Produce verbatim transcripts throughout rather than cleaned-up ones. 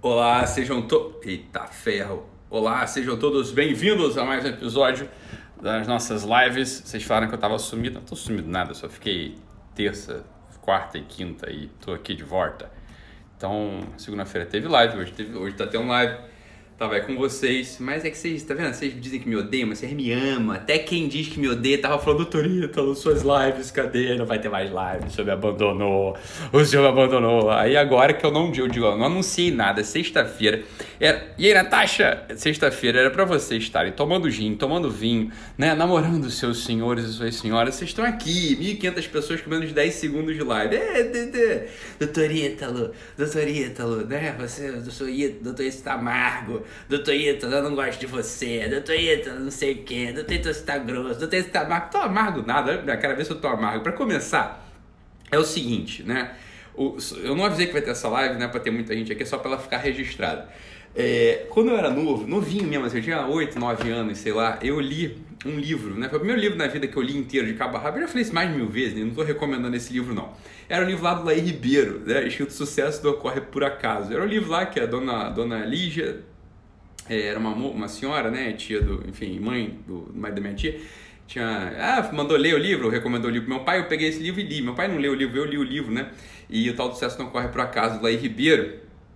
Olá, sejam todos. Eita ferro! Olá, sejam todos bem-vindos a mais um episódio das nossas lives. Vocês falaram que eu tava sumido. Não tô sumido nada, só fiquei terça, quarta e quinta e tô aqui de volta. Então, segunda-feira teve live, hoje, teve... hoje tá tendo live. Tava aí com vocês, mas é que vocês, tá vendo? Vocês dizem que me odeiam, mas vocês me amam. Até quem diz que me odeia tava falando, doutor Ítalo, suas lives, cadê? Não vai ter mais live, o senhor me abandonou, o senhor me abandonou. Aí agora que eu não eu digo, eu não anunciei nada, sexta-feira. Era... E aí, Natasha? Sexta-feira era pra vocês estarem tomando gin, tomando vinho, né? Namorando seus senhores e suas senhoras. Vocês estão aqui, mil e quinhentas pessoas com menos de dez segundos de live. É, de, de. doutor Ítalo, doutor Ítalo, né? Você, doutor Ítalo, doutor Ítalo tá amargo. Doutor Ítalo, eu não gosto de você. Doutor Ítalo, não sei o que. Doutor Ítalo, você tá grosso. Doutor Ítalo, tá amargo. Tô amargo nada. Olha pra cara, ver se eu tô amargo. Pra começar, é o seguinte, né? O, eu não avisei que vai ter essa live, né? Pra ter muita gente aqui, é só pra ela ficar registrada. É, quando eu era novo, novinho mesmo, assim, eu tinha oito, nove anos, sei lá, eu li um livro, né? Foi o primeiro livro na vida que eu li inteiro de cabo a rabo. Eu já falei isso mais de mil vezes, né? Não tô recomendando esse livro, não. Era um livro lá do Laí Ribeiro, né? Escrito Sucesso não Ocorre por Acaso. Era um livro lá que a dona, dona Lígia, é, era uma, uma senhora, né? Tia do, enfim, mãe do, do marido da minha tia. Tinha, ah, mandou ler o livro, recomendou o livro pro meu pai, eu peguei esse livro e li. Meu pai não leu o livro, eu li o livro, né? E o tal do Sucesso não Ocorre por Acaso, do Laí Ribeiro.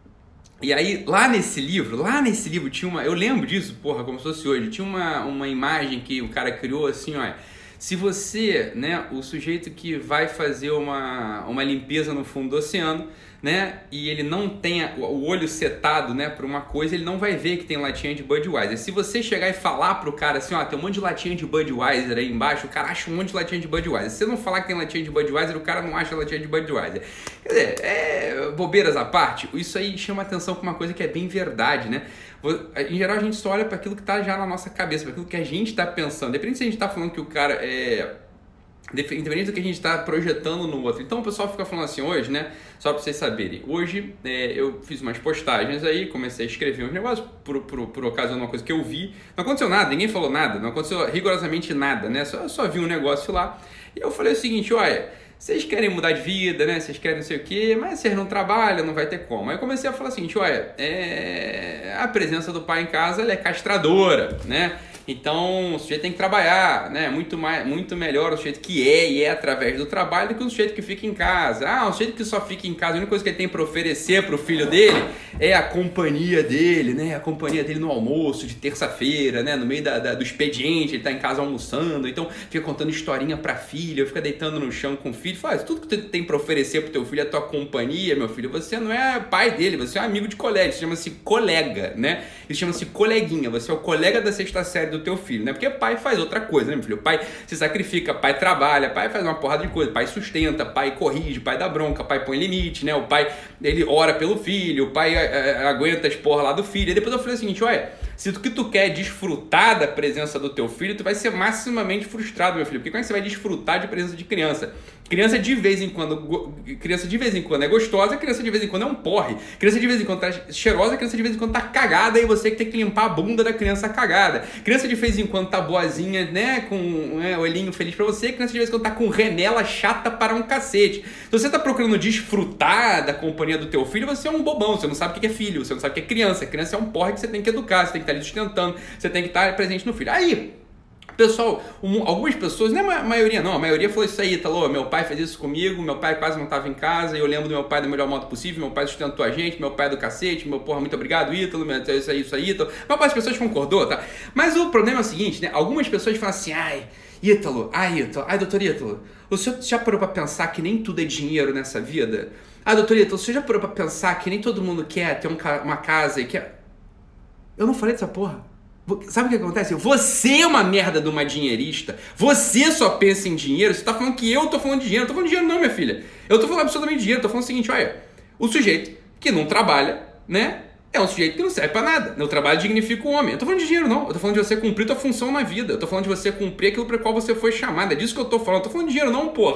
E aí, lá nesse livro, lá nesse livro tinha uma... Eu lembro disso, porra, como se fosse hoje. Tinha uma, uma imagem que o cara criou assim, ó. Se você, né, o sujeito que vai fazer uma, uma limpeza no fundo do oceano, né, e ele não tem o olho setado, né, para uma coisa, ele não vai ver que tem latinha de Budweiser. Se você chegar e falar pro cara assim, ó, tem um monte de latinha de Budweiser aí embaixo, o cara acha um monte de latinha de Budweiser. Se você não falar que tem latinha de Budweiser, o cara não acha latinha de Budweiser. Quer dizer, é, bobeiras à parte, isso aí chama atenção para uma coisa que é bem verdade, né? Em geral, a gente só olha para aquilo que está já na nossa cabeça, para aquilo que a gente está pensando. Depende se a gente está falando que o cara é... Independente do que a gente está projetando no outro. Então o pessoal fica falando assim hoje, né? Só para vocês saberem. Hoje é, eu fiz umas postagens aí, comecei a escrever uns negócios por, por, por ocasião de uma coisa que eu vi. Não aconteceu nada, ninguém falou nada, não aconteceu rigorosamente nada, né? Só, eu só vi um negócio lá. E eu falei o seguinte, olha... Vocês querem mudar de vida, né? Vocês querem não sei o quê, mas vocês não trabalham, não vai ter como. Aí eu comecei a falar o seguinte, olha, é... a presença do pai em casa ela é castradora, né? Então o sujeito tem que trabalhar, né? Muito, mais, muito melhor o sujeito que é e é através do trabalho do que o sujeito que fica em casa. Ah, o sujeito que só fica em casa, a única coisa que ele tem para oferecer para o filho dele é a companhia dele, né? A companhia dele no almoço de terça-feira, né? No meio da, da, do expediente, ele tá em casa almoçando, então fica contando historinha pra filha, fica deitando no chão com o filho. Fala, tudo que tu tem para oferecer pro teu filho é a tua companhia, meu filho. Você não é pai dele, você é um amigo de colégio, isso chama-se colega, né? Isso chama-se coleguinha, você é o colega da sexta série do teu filho, né? Porque pai faz outra coisa, né, meu filho? Pai se sacrifica, pai trabalha, pai faz uma porrada de coisa, pai sustenta, pai corrige, pai dá bronca, pai põe limite, né? O pai, ele ora pelo filho, o pai é, é, aguenta as porra lá do filho. E depois eu falei o seguinte, olha, se o que tu quer é desfrutar da presença do teu filho, tu vai ser maximamente frustrado, meu filho. Porque como é que você vai desfrutar de presença de criança? Criança de vez em quando, criança de vez em quando é gostosa, criança de vez em quando é um porre. Criança de vez em quando tá cheirosa, criança de vez em quando tá cagada e você que tem que limpar a bunda da criança cagada. Criança de vez em quando tá boazinha, né, com é, olhinho feliz pra você, criança de vez em quando tá com renela chata para um cacete. Se você tá procurando desfrutar da companhia do teu filho, você é um bobão, você não sabe o que é filho, você não sabe o que é criança. Criança é um porre que você tem que educar, você tem que estar ali sustentando, você tem que estar presente no filho. Aí... Pessoal, um, algumas pessoas, não é a maioria não, a maioria falou isso aí, Ítalo, meu pai fez isso comigo, meu pai quase não estava em casa, e eu lembro do meu pai do melhor modo possível, meu pai sustentou a gente, meu pai é do cacete, meu porra, muito obrigado, Ítalo, isso aí, isso aí, Ítalo. A maior parte das pessoas concordou, tá? Mas o problema é o seguinte, né, algumas pessoas falam assim, ai, Ítalo, ai, Ítalo, ai, doutor Ítalo, o senhor já parou pra pensar que nem tudo é dinheiro nessa vida? Ah, doutor Ítalo, o senhor já parou pra pensar que nem todo mundo quer ter um, uma casa e quer... Eu não falei dessa porra. Sabe o que acontece? Você é uma merda de uma dinheirista. Você só pensa em dinheiro. Você tá falando que eu tô falando de dinheiro. Eu tô falando de dinheiro não, minha filha. Eu tô falando absolutamente de dinheiro. Eu tô falando o seguinte, olha. O sujeito que não trabalha, né? É um sujeito que não serve pra nada. O trabalho dignifica o homem. Eu tô falando de dinheiro não. Eu tô falando de você cumprir tua função na vida. Eu tô falando de você cumprir aquilo pra qual você foi chamado. É disso que eu tô falando. Eu tô falando de dinheiro não, porra.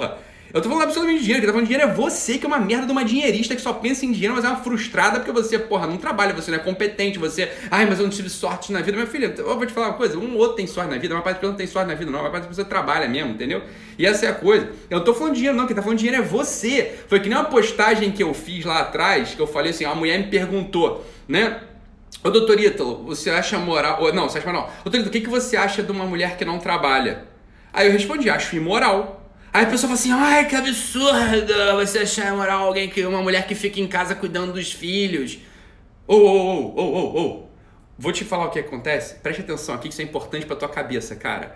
Eu tô falando absolutamente de dinheiro, quem tá falando de dinheiro é você, que é uma merda de uma dinheirista que só pensa em dinheiro, mas é uma frustrada porque você, porra, não trabalha, você não é competente, você... Ai, mas eu não tive sorte na vida. Minha filha, eu vou te falar uma coisa, um ou outro tem sorte na vida, uma parte das pessoas não tem sorte na vida não, uma parte das pessoas trabalha mesmo, entendeu? E essa é a coisa. Eu não tô falando de dinheiro não, quem tá falando de dinheiro é você. Foi que nem uma postagem que eu fiz lá atrás, que eu falei assim, uma mulher me perguntou, né? Ô, doutor Ítalo, você acha moral... Não, você acha moral não. Doutor Ítalo, o que, que você acha de uma mulher que não trabalha? Aí eu respondi, acho imoral. Aí a pessoa fala assim, ai, que absurdo você achar imoral alguém que uma mulher que fica em casa cuidando dos filhos. Ô, ô, ô, ô, ô, vou te falar o que acontece. Preste atenção aqui que isso é importante pra tua cabeça, cara.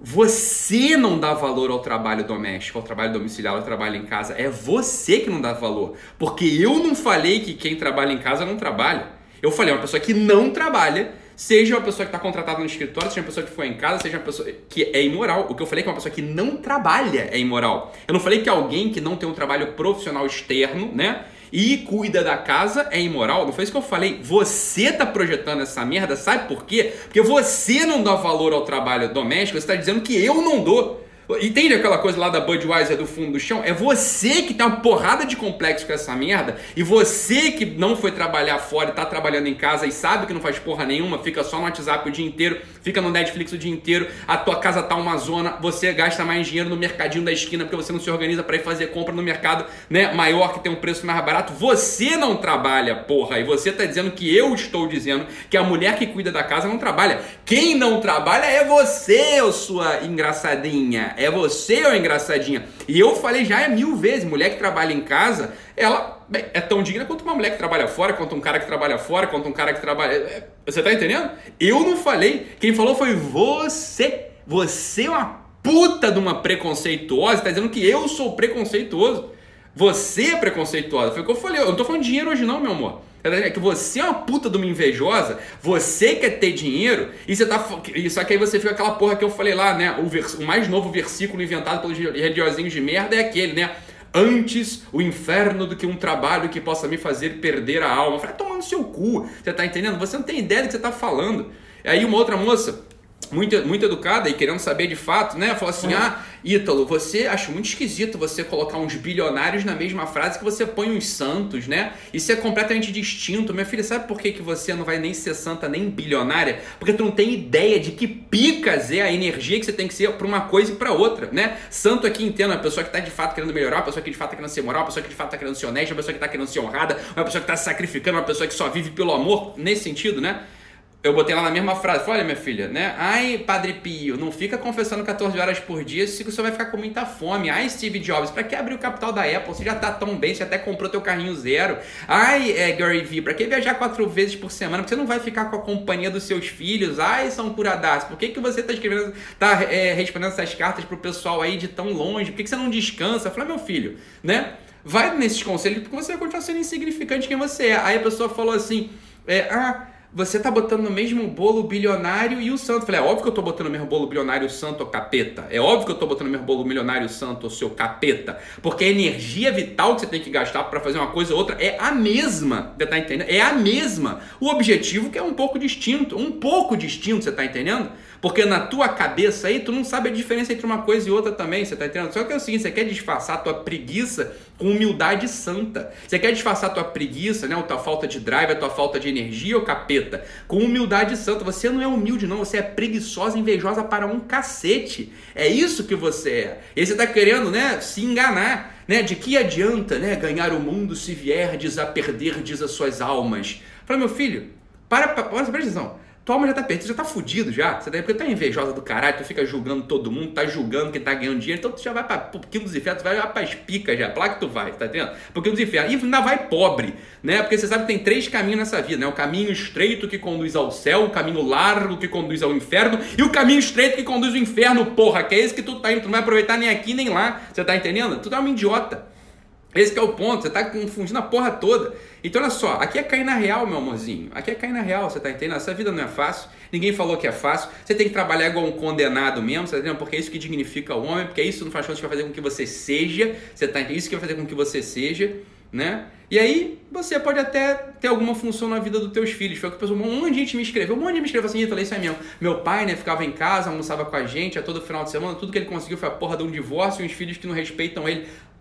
Você não dá valor ao trabalho doméstico, ao trabalho domiciliar, ao trabalho em casa. É você que não dá valor. Porque eu não falei que quem trabalha em casa não trabalha. Eu falei, uma pessoa que não trabalha, seja uma pessoa que está contratada no escritório, seja uma pessoa que foi em casa, seja uma pessoa que é imoral. O que eu falei é que uma pessoa que não trabalha é imoral. Eu não falei que alguém que não tem um trabalho profissional externo, né, e cuida da casa é imoral. Não foi isso que eu falei. Você tá projetando essa merda, sabe por quê? Porque você não dá valor ao trabalho doméstico, você está dizendo que eu não dou. Entende aquela coisa lá da Budweiser do fundo do chão? É você que tem uma porrada de complexo com essa merda, e você que não foi trabalhar fora e tá trabalhando em casa e sabe que não faz porra nenhuma, fica só no WhatsApp o dia inteiro, fica no Netflix o dia inteiro, a tua casa tá uma zona, você gasta mais dinheiro no mercadinho da esquina porque você não se organiza para ir fazer compra no mercado, né, maior, que tem um preço mais barato. Você não trabalha, porra, e você tá dizendo que eu estou dizendo que a mulher que cuida da casa não trabalha. Quem não trabalha é você, ô sua engraçadinha. É você, ô engraçadinha. E eu falei já é mil vezes, mulher que trabalha em casa, ela bem, é tão digna quanto uma mulher que trabalha fora, quanto um cara que trabalha fora, quanto um cara que trabalha... Você tá entendendo? Eu não falei. Quem falou foi você. Você é uma puta de uma preconceituosa, tá dizendo que eu sou preconceituoso. Você é preconceituosa. Foi o que eu falei. Eu não tô falando de dinheiro hoje não, meu amor. É que você é uma puta de uma invejosa, você quer ter dinheiro, e você tá. Só que aí você fica aquela porra que eu falei lá, né? O, vers... o mais novo versículo inventado pelos religiosinhos de merda é aquele, né? Antes o inferno do que um trabalho que possa me fazer perder a alma. Eu falei, toma no seu cu, você tá entendendo? Você não tem ideia do que você tá falando. Aí uma outra moça, muito, muito educada e querendo saber de fato, né? Falou assim, ah, Ítalo, você acho muito esquisito você colocar uns bilionários na mesma frase que você põe uns santos, né? Isso é completamente distinto. Minha filha, sabe por que, que você não vai nem ser santa nem bilionária? Porque tu não tem ideia de que picas é a energia que você tem que ser para uma coisa e para outra, né? Santo aqui entendo, uma pessoa que está de fato querendo melhorar, uma pessoa que de fato está querendo ser moral, uma pessoa que de fato está querendo ser honesta, uma pessoa que está querendo ser honrada, uma pessoa que está se sacrificando, uma pessoa que só vive pelo amor, nesse sentido, né? Eu botei lá na mesma frase, falei, olha minha filha, né? Ai, Padre Pio, não fica confessando quatorze horas por dia se você vai ficar com muita fome. Ai, Steve Jobs, pra que abrir o capital da Apple? Você já tá tão bem, você até comprou teu carrinho zero. Ai, é, Gary Vee, pra que viajar quatro vezes por semana? Porque você não vai ficar com a companhia dos seus filhos. Ai, São Curadaço, por que, que você tá escrevendo, tá é, respondendo essas cartas pro pessoal aí de tão longe? Por que, que você não descansa? Eu falei, meu filho, né? Vai nesses conselhos porque você vai continuar sendo insignificante quem você é. Aí a pessoa falou assim, é, ah... você tá botando no mesmo bolo o bilionário e o santo. Eu falei, é óbvio que eu tô botando no mesmo bolo o bilionário e o santo, ô capeta. É óbvio que eu tô botando no mesmo bolo o milionário e o santo, ô seu capeta. Porque a energia vital que você tem que gastar para fazer uma coisa ou outra é a mesma. Você tá entendendo? É a mesma. O objetivo que é um pouco distinto. Um pouco distinto, você tá entendendo? Porque na tua cabeça aí, tu não sabe a diferença entre uma coisa e outra também, você tá entendendo? Só que é o seguinte, você quer disfarçar a tua preguiça com humildade santa. Você quer disfarçar a tua preguiça, né? A tua falta de drive, a tua falta de energia, ô capeta, com humildade santa. Você não é humilde não, você é preguiçosa, invejosa para um cacete. É isso que você é. E você tá querendo, né, se enganar, né? De que adianta, né, ganhar o mundo se vierdes a perderdes as suas almas? Fala, meu filho, para, para, presta atenção. Tua alma já tá perdida, já tá fudido já. Você tá, porque tu é invejosa do caralho, tu fica julgando todo mundo, tá julgando quem tá ganhando dinheiro, então tu já vai pra pouquinho dos infernos, tu vai pras picas já, pra lá que tu vai, tá entendendo? Pouquinho dos infernos. E ainda vai pobre, né? Porque você sabe que tem três caminhos nessa vida, né? O caminho estreito que conduz ao céu, o caminho largo que conduz ao inferno e o caminho estreito que conduz ao inferno, porra, que é esse que tu tá indo, tu não vai aproveitar nem aqui nem lá, você tá entendendo? Tu tá uma idiota. Esse que é o ponto, você tá confundindo a porra toda. Então olha só, aqui é cair na real, meu amorzinho. Aqui é cair na real, você tá entendendo? Essa vida não é fácil, ninguém falou que é fácil. Você tem que trabalhar igual um condenado mesmo, você tá entendendo? Porque é isso que dignifica o homem, porque é isso no faz conta que vai fazer com que você seja, você tá entendendo? Isso que vai fazer com que você seja, né? E aí, você pode até ter alguma função na vida dos teus filhos. Foi o que um monte de gente me escreveu. Um monte de gente me escreveu assim, eu falei, isso é mesmo. Meu pai, né, ficava em casa, almoçava com a gente, a todo final de semana, tudo que ele conseguiu foi a porra de um divórcio e uns filhos que não respeitam ele.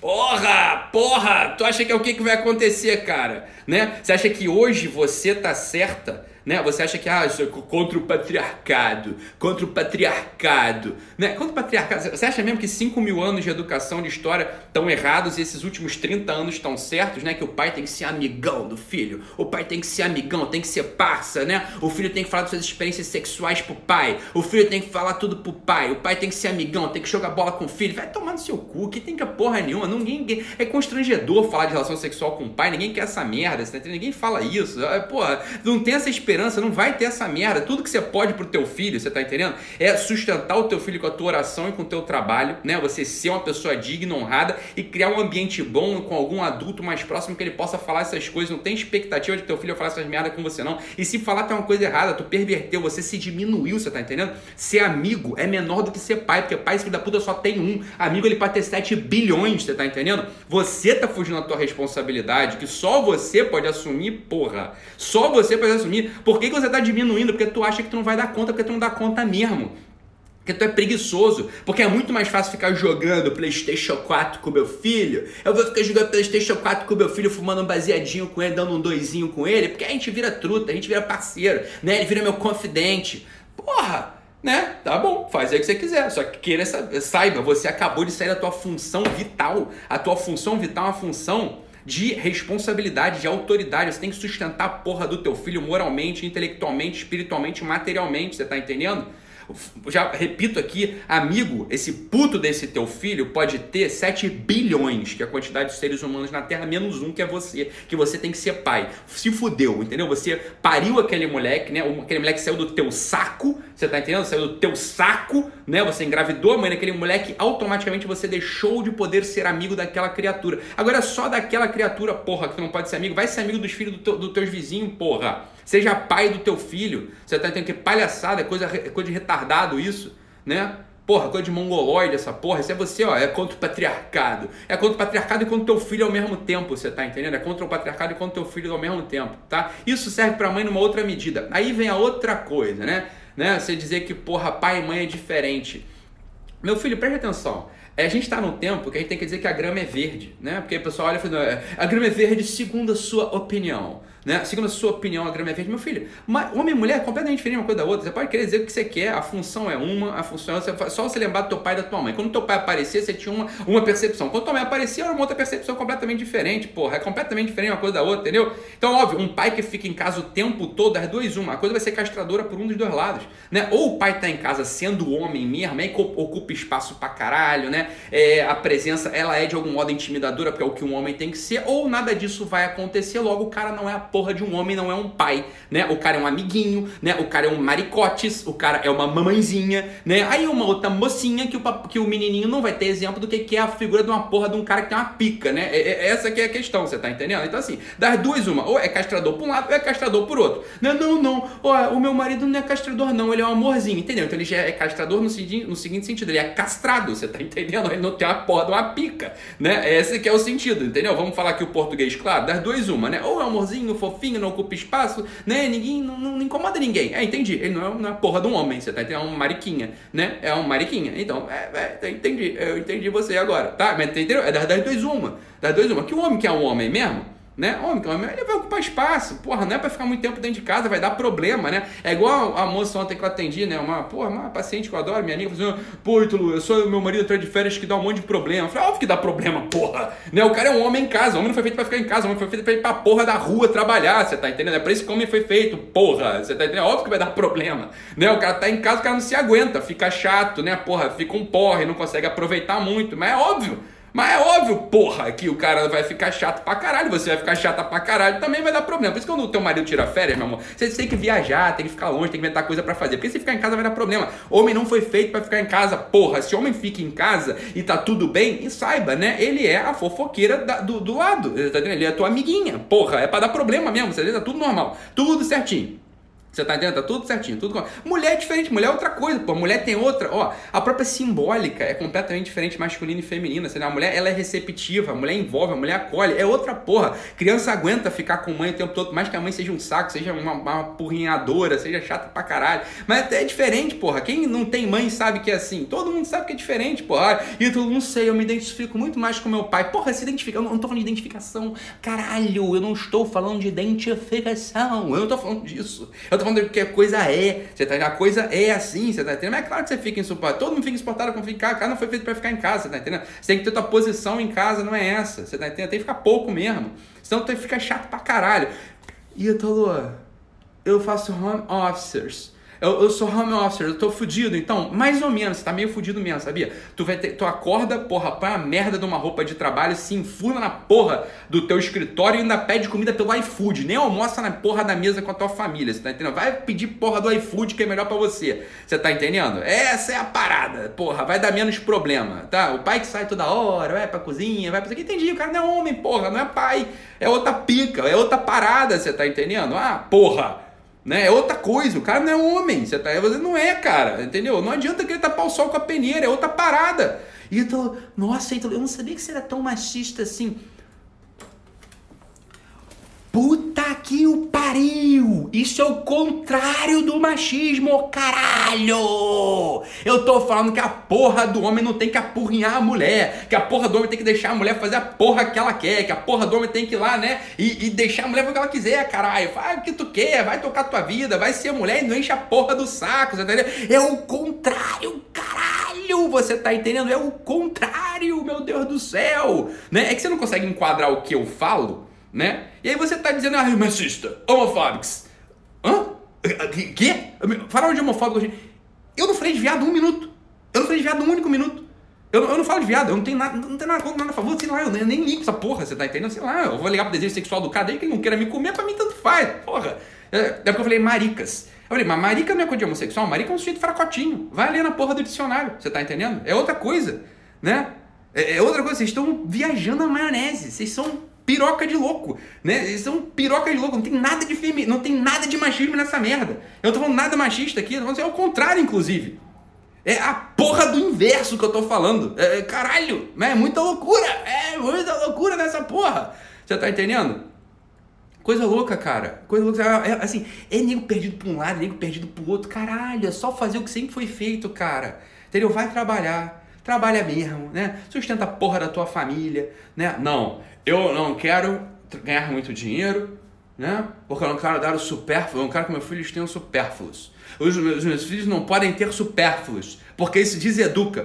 Porra, porra, tu acha que é o que, que vai acontecer, cara? Né? Você acha que hoje você tá certa? Né? Você acha que, ah, eu sou contra o patriarcado, contra o patriarcado, né? Contra o patriarcado, você acha mesmo que cinco mil anos de educação, de história estão errados e esses últimos trinta anos estão certos, né? Que o pai tem que ser amigão do filho, o pai tem que ser amigão, tem que ser parça, né? O filho tem que falar das suas experiências sexuais pro pai, o filho tem que falar tudo pro pai, o pai tem que ser amigão, tem que jogar bola com o filho, vai tomar no seu cu, que tem que porra nenhuma, ninguém, ninguém, é constrangedor falar de relação sexual com o pai, ninguém quer essa merda, tá? Ninguém fala isso, porra, não tem essa experiência. Não vai ter essa merda. Tudo que você pode pro teu filho, você tá entendendo? É sustentar o teu filho com a tua oração e com o teu trabalho, né? Você ser uma pessoa digna, honrada e criar um ambiente bom com algum adulto mais próximo que ele possa falar essas coisas. Não tem expectativa de que teu filho falar essas merdas com você, não. E se falar tem uma coisa errada, tu perverteu, você se diminuiu, você tá entendendo? Ser amigo é menor do que ser pai, porque pai, esse filho da puta, só tem um. Amigo, ele pode ter sete bilhões, você tá entendendo? Você tá fugindo da tua responsabilidade, que só você pode assumir, porra. Só você pode assumir. Por que que você tá diminuindo? Porque tu acha que tu não vai dar conta, porque tu não dá conta mesmo. Porque tu é preguiçoso. Porque é muito mais fácil ficar jogando PlayStation quatro com meu filho. Eu vou ficar jogando PlayStation quatro com meu filho, fumando um baseadinho com ele, dando um doisinho com ele, porque a gente vira truta, a gente vira parceiro, né? Ele vira meu confidente. Porra! Né? Tá bom, faz aí o que você quiser. Só que queira, saiba, você acabou de sair da tua função vital. A tua função vital é uma função de responsabilidade, de autoridade. Você tem que sustentar a porra do teu filho moralmente, intelectualmente, espiritualmente, materialmente, você tá entendendo? Já repito aqui, amigo, esse puto desse teu filho pode ter sete bilhões, que é a quantidade de seres humanos na Terra, menos um que é você, que você tem que ser pai. Se fudeu, entendeu? Você pariu aquele moleque, né? Aquele moleque saiu do teu saco, você tá entendendo? Saiu do teu saco, né? Você engravidou a mãe daquele moleque, automaticamente você deixou de poder ser amigo daquela criatura. Agora é só daquela criatura, porra, que tu não pode ser amigo, vai ser amigo dos filhos do teu, dos teus vizinhos, porra. Seja pai do teu filho. Você tá entendendo que palhaçada, é coisa, é coisa de retardado isso, né? Porra, coisa de mongoloide essa porra. Isso é você, ó, é contra o patriarcado. É contra o patriarcado e contra o teu filho ao mesmo tempo, você tá entendendo? É contra o patriarcado e contra o teu filho ao mesmo tempo, tá? Isso serve pra mãe numa outra medida. Aí vem a outra coisa, né? né? Você dizer que, porra, pai e mãe é diferente. Meu filho, preste atenção. A gente está num tempo que a gente tem que dizer que a grama é verde, né? Porque o pessoal olha e fala, a grama é verde segundo a sua opinião, né? Segundo a sua opinião, a grama é verde. Meu filho, uma, homem e mulher é completamente diferente uma coisa da outra. Você pode querer dizer o que você quer, a função é uma, a função é só você lembrar do teu pai e da tua mãe. Quando teu pai aparecer, você tinha uma, uma percepção. Quando tua mãe aparecia, era uma outra percepção completamente diferente, porra. É completamente diferente uma coisa da outra, entendeu? Então, óbvio, um pai que fica em casa o tempo todo, as duas, uma. A coisa vai ser castradora por um dos dois lados, né? Ou o pai tá em casa sendo homem mesmo, aí ocupa espaço pra caralho, né? É, a presença, ela é de algum modo intimidadora, porque é o que um homem tem que ser, ou nada disso vai acontecer, logo o cara não é a porra de um homem, não é um pai, né? O cara é um amiguinho, né? O cara é um maricotes, o cara é uma mamãezinha, né? Aí uma outra mocinha que o, que o menininho não vai ter exemplo do que, que é a figura de uma porra de um cara que tem uma pica, né? É, é, essa que é a questão, você tá entendendo? Então assim, das duas uma, ou é castrador por um lado, ou é castrador por outro. Não, não, não, ó, o meu marido não é castrador não, ele é um amorzinho, entendeu? Então ele já é castrador no, no seguinte sentido, ele é castrado, você tá entendendo? Ele não tem uma porra de uma pica, né? Esse que é o sentido, entendeu? Vamos falar aqui o português, claro, das duas uma, né? Ou é um amorzinho, fofinho, não ocupa espaço, né? Ninguém, não, não incomoda ninguém. É, entendi. Ele não é, não é a porra de um homem, você tá entendendo? É um mariquinha, né? É um mariquinha. Então, é, é, entendi. Eu entendi você agora, tá? Mas entendeu? É das, das duas uma. Das duas uma. Que o homem que é um homem mesmo, né? Homem, que é homem, ele vai ocupar espaço. Porra, não é pra ficar muito tempo dentro de casa, vai dar problema, né? É igual a, a moça ontem que eu atendi, né? Uma, porra, uma paciente que eu adoro, minha amiga, falou assim, pô, Ítalo, eu sou meu marido entrou de férias que dá um monte de problema. Eu falei, óbvio que dá problema, porra. Né? O cara é um homem em casa, o homem não foi feito pra ficar em casa, o homem foi feito pra ir pra porra da rua trabalhar, você tá entendendo? É pra isso que o homem foi feito, porra. Você tá entendendo? É óbvio que vai dar problema, né? O cara tá em casa, o cara não se aguenta, fica chato, né? Porra, fica um porre, não consegue aproveitar muito, mas é óbvio. Mas é óbvio, porra, que o cara vai ficar chato pra caralho, você vai ficar chata pra caralho, também vai dar problema. Por isso que quando o teu marido tira férias, meu amor, você tem que viajar, tem que ficar longe, tem que inventar coisa pra fazer. Porque se ficar em casa vai dar problema. Homem não foi feito pra ficar em casa, porra. Se homem fica em casa e tá tudo bem, e saiba, né, ele é a fofoqueira da, do, do lado, tá entendendo? Ele é a tua amiguinha, porra, é pra dar problema mesmo, você tá tudo normal, tudo certinho. Você tá entendendo? Tá tudo certinho, tudo. Mulher é diferente, mulher é outra coisa, pô. Mulher tem outra, ó. A própria simbólica é completamente diferente, masculina e feminina. Assim, a mulher, ela é receptiva, a mulher envolve, a mulher acolhe. É outra porra. Criança aguenta ficar com mãe o tempo todo, mais que a mãe seja um saco, seja uma, uma porrinhadora, seja chata pra caralho. Mas é diferente, porra. Quem não tem mãe sabe que é assim. Todo mundo sabe que é diferente, porra. E eu não sei, eu me identifico muito mais com meu pai. Porra, se identifica. Eu não tô falando de identificação. Caralho, eu não estou falando de identificação. Eu não tô falando disso. Eu tô falando de que a coisa é. Você tá, a coisa é assim, você tá entendendo? Mas é claro que você fica insuportável. Todo mundo fica insuportável quando fica em casa. A casa não foi feito pra ficar em casa, você tá entendendo? Você tem que ter tua posição em casa, não é essa. Você tá entendendo? Tem que ficar pouco mesmo. Senão tu fica chato pra caralho. E eu tô, eu faço home officers. Eu, eu sou home officer, eu tô fudido, então, mais ou menos, você tá meio fudido mesmo, sabia? Tu, vai ter, tu acorda, porra, põe a merda de uma roupa de trabalho, se enfurna na porra do teu escritório e ainda pede comida pelo iFood, nem almoça na porra da mesa com a tua família, você tá entendendo? Vai pedir porra do iFood que é melhor pra você, você tá entendendo? Essa é a parada, porra, vai dar menos problema, tá? O pai que sai toda hora, vai pra cozinha, vai pra isso aqui, entendi, o cara não é homem, porra, não é pai, é outra pica, é outra parada, você tá entendendo? Ah, porra! Né? É outra coisa, o cara não é homem, você, tá, você não é, cara, entendeu? Não adianta querer tapar o sol com a peneira, é outra parada. E eu tô, nossa, eu não sabia que você era tão machista assim. Puta que o pariu! Isso é o contrário do machismo, caralho! Eu tô falando que a porra do homem não tem que apurrinhar a mulher, que a porra do homem tem que deixar a mulher fazer a porra que ela quer, que a porra do homem tem que ir lá, né, e, e deixar a mulher fazer o que ela quiser, caralho. Faz o que tu quer, vai tocar tua vida, vai ser mulher e não enche a porra do saco, você tá entendendo? É o contrário, caralho! Você tá entendendo? É o contrário, meu Deus do céu! Né? É que você não consegue enquadrar o que eu falo, né? E aí você tá dizendo, ah, machista, homofóbicos. Hã? Quê? Falaram de homofóbico hoje. Eu não falei de viado um minuto. Eu não falei de viado um único minuto. Eu, eu não falo de viado, eu não tenho nada, não tenho nada contra, nada a favor, sei lá, eu nem, nem ligo essa porra, você tá entendendo? Sei lá, eu vou ligar pro desejo sexual do cara aí que ele não queira me comer, pra mim tanto faz, porra. É, é porque eu falei maricas. Eu falei, mas marica não é coisa de homossexual, marica é um sujeito fracotinho. Vai ler na porra do dicionário, você tá entendendo? É outra coisa, né? É, é outra coisa, vocês estão viajando na maionese, vocês são piroca de louco, né? Eles são piroca de louco, não tem nada de femi... não tem nada de machismo nessa merda. Eu não tô falando nada machista aqui, eu tô falando assim, é o contrário, inclusive. É a porra do inverso que eu tô falando. É, caralho, é muita loucura, é muita loucura nessa porra. Você tá entendendo? Coisa louca, cara. Coisa louca, é, assim, é nego perdido pra um lado, nego perdido pro outro. Caralho, é só fazer o que sempre foi feito, cara. Entendeu? Vai trabalhar. Trabalha mesmo, né? Sustenta a porra da tua família, né? Não, eu não quero ganhar muito dinheiro, né? Porque eu não quero dar o supérfluo, eu não quero que meus filhos tenham supérfluos. Os meus, os meus filhos não podem ter supérfluos, porque isso deseduca.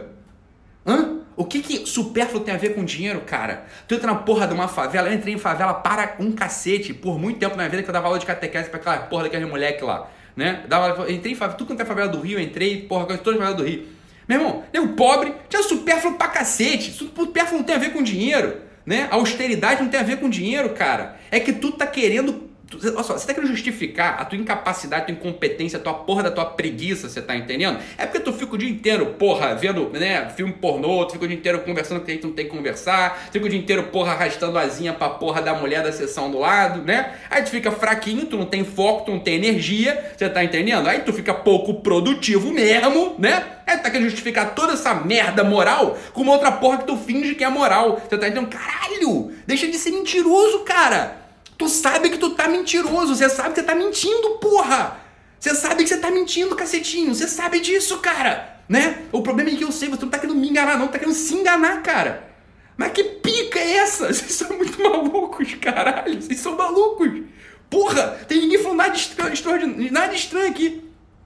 Hã? O que que supérfluo tem a ver com dinheiro, cara? Tu entra na porra de uma favela, eu entrei em favela para um cacete, por muito tempo na minha vida que eu dava aula de catequese pra aquela porra daquele moleque lá, né? Dava, entrei em favela, tudo quanto é favela do Rio, eu entrei, porra, toda a favela do Rio. Meu irmão, nego pobre tinha supérfluo pra cacete. Supérfluo não tem a ver com dinheiro, né? A austeridade não tem a ver com dinheiro, cara. É que tu tá querendo... Tu, olha só, você tá querendo justificar a tua incapacidade, a tua incompetência, a tua porra da tua preguiça, você tá entendendo? É porque tu fica o dia inteiro, porra, vendo, né, filme pornô, tu fica o dia inteiro conversando com quem tu não tem que conversar, tu fica o dia inteiro, porra, arrastando asinha pra porra da mulher da sessão do lado, né? Aí tu fica fraquinho, tu não tem foco, tu não tem energia, você tá entendendo? Aí tu fica pouco produtivo mesmo, né? Aí tu tá querendo justificar toda essa merda moral com uma outra porra que tu finge que é moral. Você tá entendendo? Caralho! Deixa de ser mentiroso, cara! Tu sabe que tu tá mentiroso, você sabe que você tá mentindo, porra! Você sabe que você tá mentindo, cacetinho, você sabe disso, cara! Né? O problema é que eu sei, você não tá querendo me enganar, não, tu tá querendo se enganar, cara! Mas que pica é essa? Vocês são muito malucos, caralho! Vocês são malucos! Porra! Tem ninguém falando nada estranho, extraordinário, nada estranho aqui!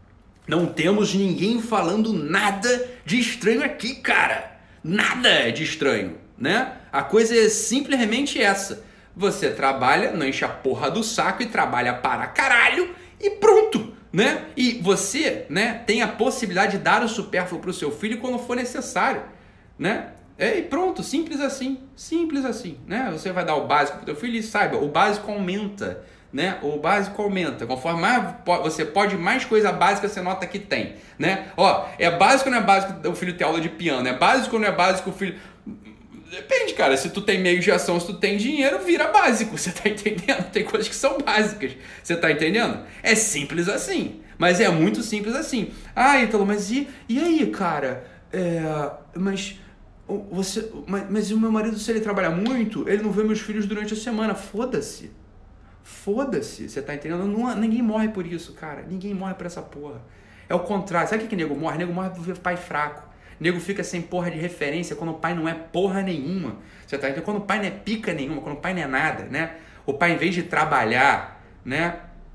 Não temos ninguém falando nada de estranho aqui, cara! Nada de estranho, né? A coisa é simplesmente essa. Você trabalha, não enche a porra do saco e trabalha para caralho e pronto, né? E você, né, tem a possibilidade de dar o supérfluo pro seu filho quando for necessário, né? É, e pronto, simples assim, simples assim, né? Você vai dar o básico pro teu filho e saiba, o básico aumenta, né? O básico aumenta, conforme mais você pode, mais coisa básica você nota que tem, né? Ó, é básico ou não é básico o filho ter aula de piano? É básico ou não é básico o filho... Depende, cara. Se tu tem meio de ação, se tu tem dinheiro, vira básico. Você tá entendendo? Tem coisas que são básicas. Você tá entendendo? É simples assim. Mas é muito simples assim. Ah, Ítalo, mas e, e aí, cara? É, mas, você, mas, mas o meu marido, se ele trabalha muito, ele não vê meus filhos durante a semana. Foda-se. Foda-se. Você tá entendendo? Não, ninguém morre por isso, cara. Ninguém morre por essa porra. É o contrário. Sabe o que que nego morre? Nego morre por ver pai fraco. Nego fica sem porra de referência quando o pai não é porra nenhuma. Você tá entendendo? Quando o pai não é pica nenhuma, quando o pai não é nada, né? O pai, em vez de trabalhar, né?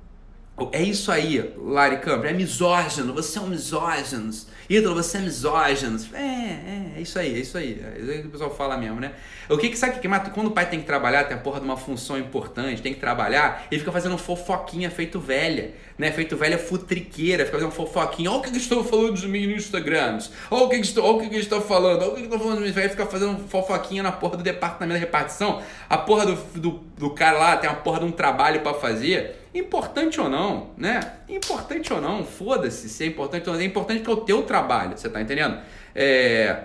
É isso aí, Lari Campos. É misógino. Você é um misógino. Ítalo, você é misógino. É, é, é isso aí, é isso aí. É isso aí que o pessoal fala mesmo, né? O que que sabe que mata? Quando o pai tem que trabalhar, tem a porra de uma função importante, tem que trabalhar, ele fica fazendo fofoquinha feito velha, né? Feito velha futriqueira, fica fazendo fofoquinha. Olha o que que estou falando de mim no Instagram. Olha o que que estou, olha o que que estou falando. Olha o que que estou falando de mim. Vai ficar fazendo fofoquinha na porra do departamento de repartição. A porra do, do, do cara lá tem uma porra de um trabalho pra fazer. Importante ou não, né? Importante ou não, foda-se se é importante ou não. É importante que é o teu trabalho, você tá entendendo? É...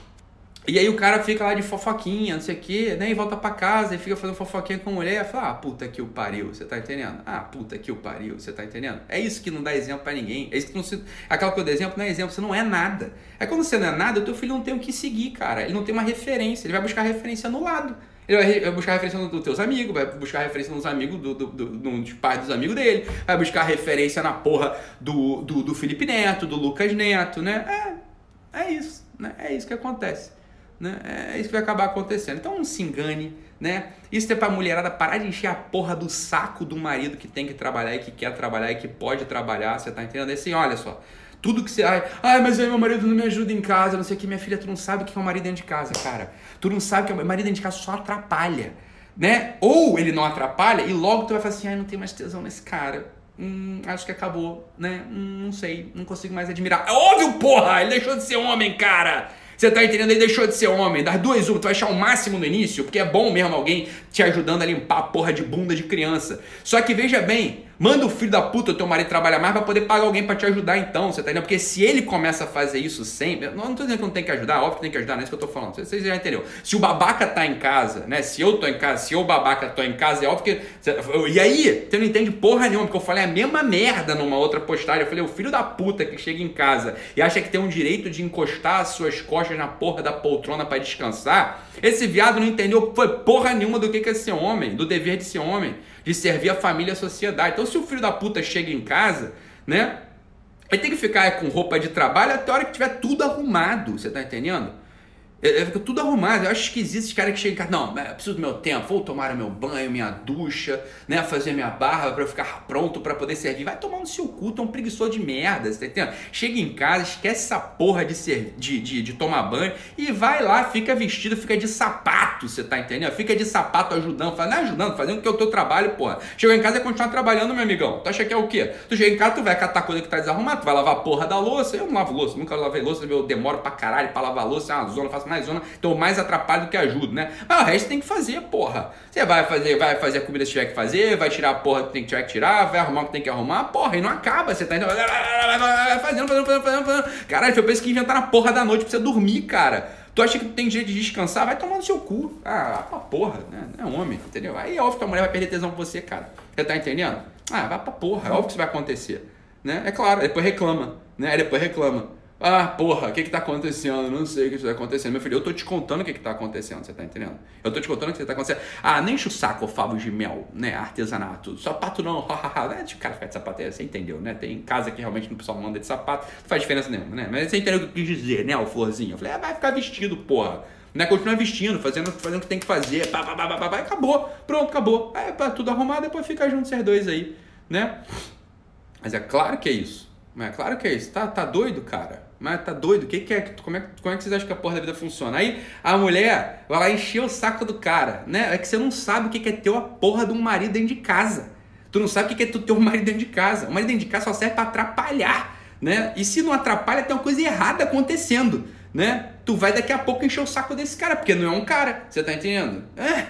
E aí o cara fica lá de fofoquinha, não sei o que, né? E volta pra casa e fica fazendo fofoquinha com a mulher. Fala, ah, puta que o pariu, você tá entendendo? Ah, puta que o pariu, você tá entendendo? É isso que não dá exemplo pra ninguém. É isso que não se... Aquela que eu dou exemplo não é exemplo, você não é nada. É quando você não é nada, o teu filho não tem o que seguir, cara. Ele não tem uma referência, ele vai buscar referência no lado. Ele vai buscar referência nos teus amigos, vai buscar referência nos amigos do, do, do, do, dos pais dos amigos dele, vai buscar referência na porra do, do, do Felipe Neto, do Lucas Neto, né? É, é isso, né? É isso que acontece, né? É isso que vai acabar acontecendo. Então não se engane, né? Isso é pra mulherada parar de encher a porra do saco do marido que tem que trabalhar e que quer trabalhar e que pode trabalhar, você tá entendendo? É assim, olha só. Tudo que você... Ai, ai, mas aí meu marido não me ajuda em casa, não sei o que. Minha filha, tu não sabe o que é um marido dentro de casa, cara. Tu não sabe que o marido dentro de casa só atrapalha, né? Ou ele não atrapalha e logo tu vai falar assim, ai, não tenho mais tesão nesse cara. Hum, acho que acabou, né? Hum, não sei, não consigo mais admirar. É óbvio, porra! Ele deixou de ser homem, cara! Você tá entendendo? Ele deixou de ser homem. Das duas, uma, tu vai achar o máximo no início, porque é bom mesmo alguém te ajudando a limpar a porra de bunda de criança. Só que veja bem, manda o filho da puta, o teu marido trabalhar mais pra poder pagar alguém pra te ajudar então, você tá entendendo? Porque se ele começa a fazer isso sempre... Eu não tô dizendo que não tem que ajudar, óbvio que tem que ajudar, não é isso que eu tô falando. Vocês já entenderam. Se o babaca tá em casa, né? Se eu tô em casa, se eu babaca tô em casa, é óbvio que... E aí, você não entende porra nenhuma, porque eu falei a mesma merda numa outra postagem. Eu falei, o filho da puta que chega em casa e acha que tem um direito de encostar as suas costas na porra da poltrona pra descansar, esse viado não entendeu foi porra nenhuma do que é ser homem, do dever de ser homem, de servir a família e a sociedade. Então se o filho da puta chega em casa, né, ele tem que ficar com roupa de trabalho até a hora que tiver tudo arrumado, você tá entendendo? É, fica tudo arrumado. Eu acho esquisito esses caras que chegam em casa. Não, eu preciso do meu tempo, vou tomar meu banho, minha ducha, né? Fazer minha barba pra eu ficar pronto pra poder servir. Vai tomar no seu cu, tu é um preguiçoso de merda, você tá entendendo? Chega em casa, esquece essa porra de, ser, de, de, de tomar banho e vai lá, fica vestido, fica de sapato, você tá entendendo? Fica de sapato ajudando, faz, não é ajudando, fazendo o que é o teu trabalho, porra. Chega em casa e continuar trabalhando, meu amigão. Tu acha que é o quê? Tu chega em casa, tu vai catar coisa que tá desarrumada, tu vai lavar a porra da louça. Eu não lavo louça, nunca lavei louça, eu demoro pra caralho pra lavar louça, é uma zona, faço mais zona, então mais atrapalho do que ajudo, né? Mas o resto tem que fazer, porra. Você vai fazer, vai fazer a comida se tiver que fazer, vai tirar a porra que tem que tiver que tirar, vai arrumar o que tem que arrumar, porra, e não acaba, você tá indo fazendo, fazendo, fazendo, fazendo, fazendo. Caralho, foi por isso que inventaram a porra da noite pra você dormir, cara. Tu acha que tu tem jeito de descansar? Vai tomar no seu cu. Ah, pra porra, né? Não é homem, entendeu? Aí é óbvio que a mulher vai perder tesão com você, cara. Você tá entendendo? Ah, vai pra porra, é óbvio que isso vai acontecer, né? É claro, depois reclama, né? Aí depois reclama. Ah, porra, o que que tá acontecendo? Não sei o que está acontecendo. Meu filho, eu tô te contando o que que tá acontecendo, você tá entendendo? Eu tô te contando o que tá acontecendo. Ah, nem enche o saco, favo de mel, né? Artesanato. Sapato não, hahaha. É de cara ficar de sapateiro, você entendeu, né? Tem casa que realmente o pessoal manda de sapato, não faz diferença nenhuma, né? Mas você entendeu o que eu quis dizer, né, o florzinho? Eu falei, ah, vai ficar vestido, porra. Né? Continua vestindo, fazendo, fazendo o que tem que fazer. Pá, pá, pá, pá, pá, acabou. Pronto, acabou. Aí, pá, tudo arrumado, depois fica junto vocês dois aí, né? Mas é claro que é isso. Mas é claro que é isso. Tá, tá doido, cara? Mas tá doido? O que que é? Como, é? como é que vocês acham que a porra da vida funciona? Aí a mulher vai lá encher o saco do cara, né? É que você não sabe o que que é ter a porra de um marido dentro de casa. Tu não sabe o que que é tu ter um marido dentro de casa. O marido dentro de casa só serve pra atrapalhar, né? E se não atrapalha, tem uma coisa errada acontecendo, né? Tu vai daqui a pouco encher o saco desse cara, porque não é um cara. Você tá entendendo? É.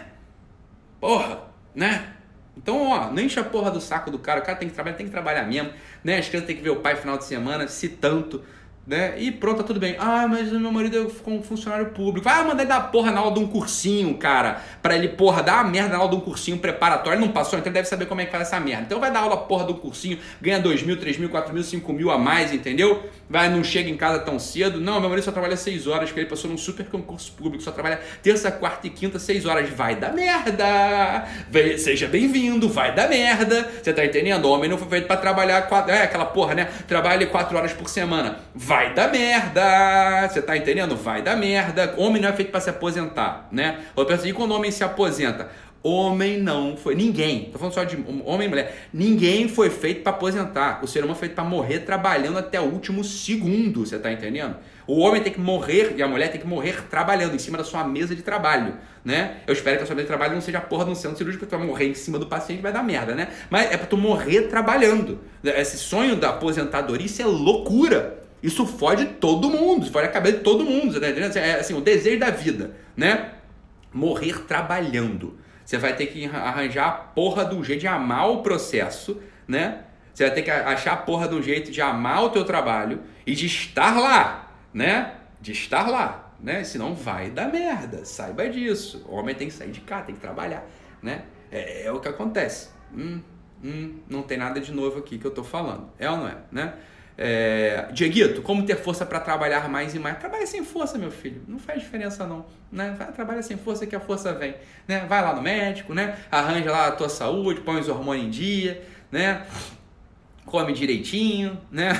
Porra, né? Então, ó, não enche a porra do saco do cara. O cara tem que trabalhar, tem que trabalhar mesmo, né? As crianças tem que ver o pai no final de semana, se tanto, né? E pronto, tá tudo bem. Ah, mas o meu marido ficou um funcionário público. Vai mandar ele dar porra na aula de um cursinho, cara. Pra ele, porra, dar uma merda na aula de um cursinho preparatório. Ele não passou, então ele deve saber como é que faz essa merda. Então vai dar aula porra do cursinho, ganha dois mil, três mil, quatro mil, cinco mil a mais, entendeu? Vai, não chega em casa tão cedo. Não, meu marido só trabalha seis horas, porque ele passou num super concurso público. Só trabalha terça, quarta e quinta, seis horas. Vai dar merda. Vem, seja bem-vindo, vai dar merda. Você tá entendendo? O homem não foi feito pra trabalhar quatro, é aquela porra, né? Trabalhe quatro horas por semana. Vai Vai dar merda, você tá entendendo? Vai dar merda. Homem não é feito pra se aposentar, né? Eu penso, e quando o homem se aposenta? Homem não foi, ninguém, tô falando só de homem e mulher, ninguém foi feito pra aposentar. O ser humano foi feito pra morrer trabalhando até o último segundo, você tá entendendo? O homem tem que morrer e a mulher tem que morrer trabalhando em cima da sua mesa de trabalho, né? Eu espero que a sua mesa de trabalho não seja a porra de um centro cirúrgico, porque tu vai morrer em cima do paciente, vai dar merda, né? Mas é pra tu morrer trabalhando. Esse sonho da aposentadoria, isso é loucura. Isso fode todo mundo, isso fode a cabeça de todo mundo, você tá entendendo? É assim, o desejo da vida, né? Morrer trabalhando. Você vai ter que arranjar a porra de um jeito de amar o processo, né? Você vai ter que achar a porra de um jeito de amar o teu trabalho e de estar lá, né? De estar lá, né? Senão vai dar merda, saiba disso. O homem tem que sair de casa, tem que trabalhar, né? É, é o que acontece. Hum, hum, não tem nada de novo aqui que eu tô falando. É ou não é, né? É, Dieguito, como ter força para trabalhar mais e mais? Trabalha sem força, meu filho. Não faz diferença não, né? Vai, trabalha sem força que a força vem, né? Vai lá no médico, né? Arranja lá a tua saúde, põe os hormônios em dia, né? Come direitinho, né?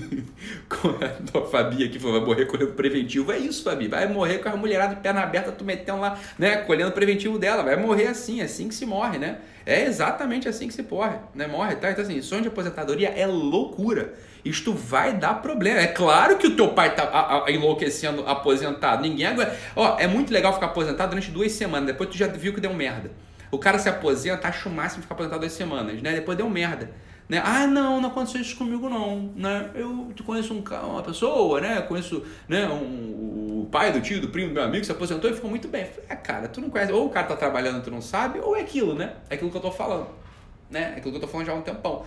A Fabi aqui falou, vai morrer colhendo preventivo. É isso, Fabi. Vai morrer com a mulherada de perna aberta, tu metendo lá, né? Colhendo preventivo dela. Vai morrer assim, é assim que se morre, né? É exatamente assim que se morre, né? Morre, tá? Então assim, sonho de aposentadoria é loucura. Isto vai dar problema. É claro que o teu pai tá a, a, enlouquecendo aposentado. Ninguém aguenta. Ó, é muito legal ficar aposentado durante duas semanas. Depois tu já viu que deu merda. O cara se aposenta, acha o máximo ficar aposentado duas semanas, né? Depois deu merda. Né? Ah, não, não aconteceu isso comigo não, né? Eu conheço um, uma pessoa, né? Conheço, né, um, o pai do tio, do primo, do meu amigo, se aposentou e ficou muito bem. Eu falei, ah, cara, tu não conhece, ou o cara tá trabalhando e tu não sabe, ou é aquilo, né? É aquilo que eu tô falando, né? É aquilo que eu tô falando já há um tempão.